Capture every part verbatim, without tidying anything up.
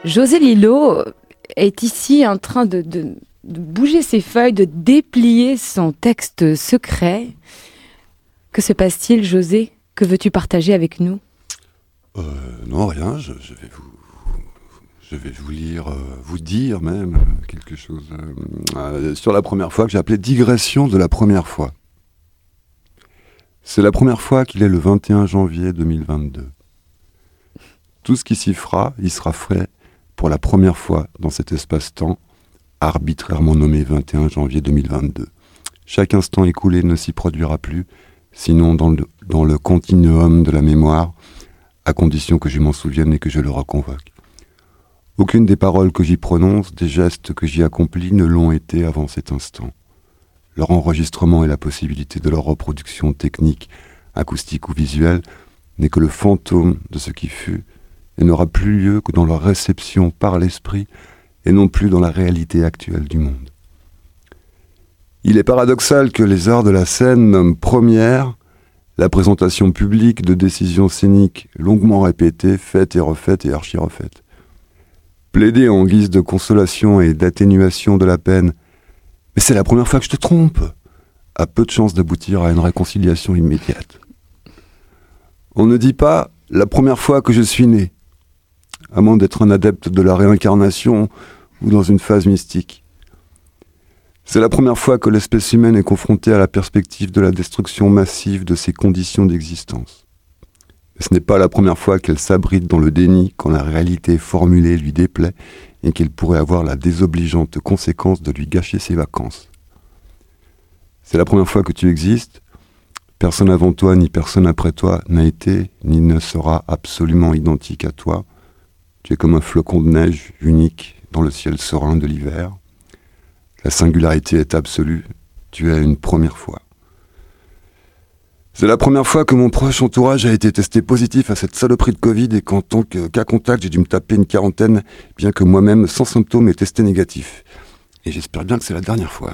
José Lillo est ici en train de, de, de bouger ses feuilles, de déplier son texte secret. Que se passe-t-il, José? Que veux-tu partager avec nous? euh, Non, rien. Je, je vais vous, je vais vous lire, euh, vous dire même quelque chose euh, euh, sur la première fois que j'ai appelé digression de la première fois. C'est la première fois qu'il est le vingt et un janvier deux mille vingt-deux. Tout ce qui s'y fera, il sera fait pour la première fois dans cet espace-temps, arbitrairement nommé vingt et un janvier deux mille vingt-deux. Chaque instant écoulé ne s'y produira plus, sinon dans le, dans le continuum de la mémoire, à condition que je m'en souvienne et que je le reconvoque. Aucune des paroles que j'y prononce, des gestes que j'y accomplis ne l'ont été avant cet instant. Leur enregistrement et la possibilité de leur reproduction technique, acoustique ou visuelle n'est que le fantôme de ce qui fut et n'aura plus lieu que dans leur réception par l'esprit et non plus dans la réalité actuelle du monde. Il est paradoxal que les arts de la scène nomment première la présentation publique de décisions scéniques longuement répétées, faites et refaites et archi-refaites. Plaider en guise de consolation et d'atténuation de la peine « Mais c'est la première fois que je te trompe !» a peu de chances d'aboutir à une réconciliation immédiate. On ne dit pas « la première fois que je suis né », à moins d'être un adepte de la réincarnation ou dans une phase mystique. C'est la première fois que l'espèce humaine est confrontée à la perspective de la destruction massive de ses conditions d'existence. Mais ce n'est pas la première fois qu'elle s'abrite dans le déni quand la réalité formulée lui déplaît et qu'elle pourrait avoir la désobligeante conséquence de lui gâcher ses vacances. C'est la première fois que tu existes. Personne avant toi ni personne après toi n'a été ni ne sera absolument identique à toi. Tu es comme un flocon de neige unique dans le ciel serein de l'hiver. La singularité est absolue. Tu es une première fois. C'est la première fois que mon proche entourage a été testé positif à cette saloperie de Covid et qu'en tant que cas contact, j'ai dû me taper une quarantaine, bien que moi-même, sans symptômes, ait testé négatif. Et j'espère bien que c'est la dernière fois.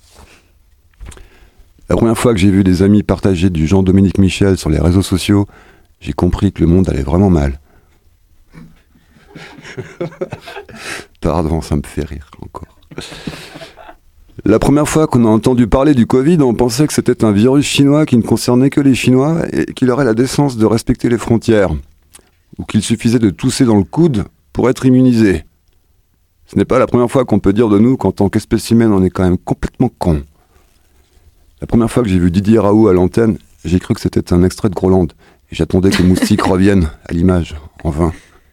La première fois que j'ai vu des amis partager du Jean-Dominique Michel sur les réseaux sociaux, j'ai compris que le monde allait vraiment mal. Pardon, ça me fait rire encore. La première fois qu'on a entendu parler du Covid, on pensait que c'était un virus chinois qui ne concernait que les Chinois et qu'il aurait la décence de respecter les frontières, ou qu'il suffisait de tousser dans le coude pour être immunisé. Ce n'est pas la première fois qu'on peut dire de nous qu'en tant qu'espèce humaine, on est quand même complètement con. La première fois que j'ai vu Didier Raoult à l'antenne, j'ai cru que c'était un extrait de Groland, et j'attendais que Moustique revienne à l'image, en vain.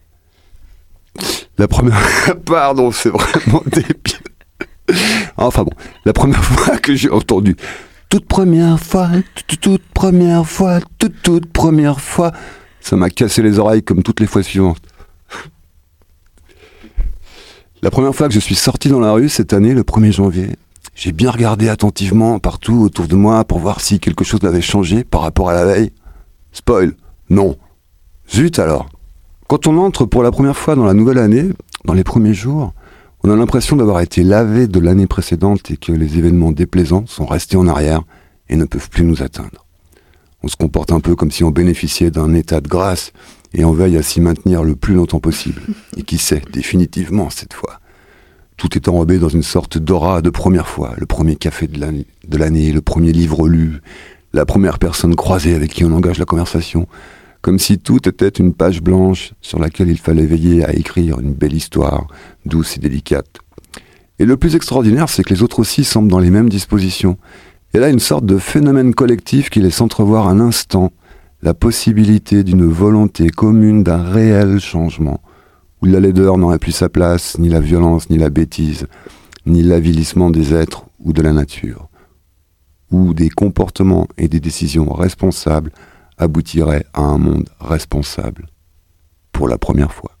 La première... Pardon, c'est vraiment débile. Enfin bon, la première fois que j'ai entendu toute première fois, toute, toute première fois, toute, toute première fois, ça m'a cassé les oreilles comme toutes les fois suivantes. La première fois que je suis sorti dans la rue cette année, le premier janvier, j'ai bien regardé attentivement partout autour de moi pour voir si quelque chose avait changé par rapport à la veille. Spoil, non. Zut alors. Quand on entre pour la première fois dans la nouvelle année, dans les premiers jours, on a l'impression d'avoir été lavé de l'année précédente et que les événements déplaisants sont restés en arrière et ne peuvent plus nous atteindre. On se comporte un peu comme si on bénéficiait d'un état de grâce et on veille à s'y maintenir le plus longtemps possible. Et qui sait, définitivement cette fois. Tout est enrobé dans une sorte d'aura de première fois, le premier café de l'année, de l'année, le premier livre lu, la première personne croisée avec qui on engage la conversation, comme si tout était une page blanche sur laquelle il fallait veiller à écrire une belle histoire, douce et délicate. Et le plus extraordinaire, c'est que les autres aussi semblent dans les mêmes dispositions. Et là, une sorte de phénomène collectif qui laisse entrevoir un instant la possibilité d'une volonté commune d'un réel changement, où la laideur n'aurait plus sa place, ni la violence, ni la bêtise, ni l'avilissement des êtres ou de la nature, où des comportements et des décisions responsables aboutirait à un monde responsable pour la première fois.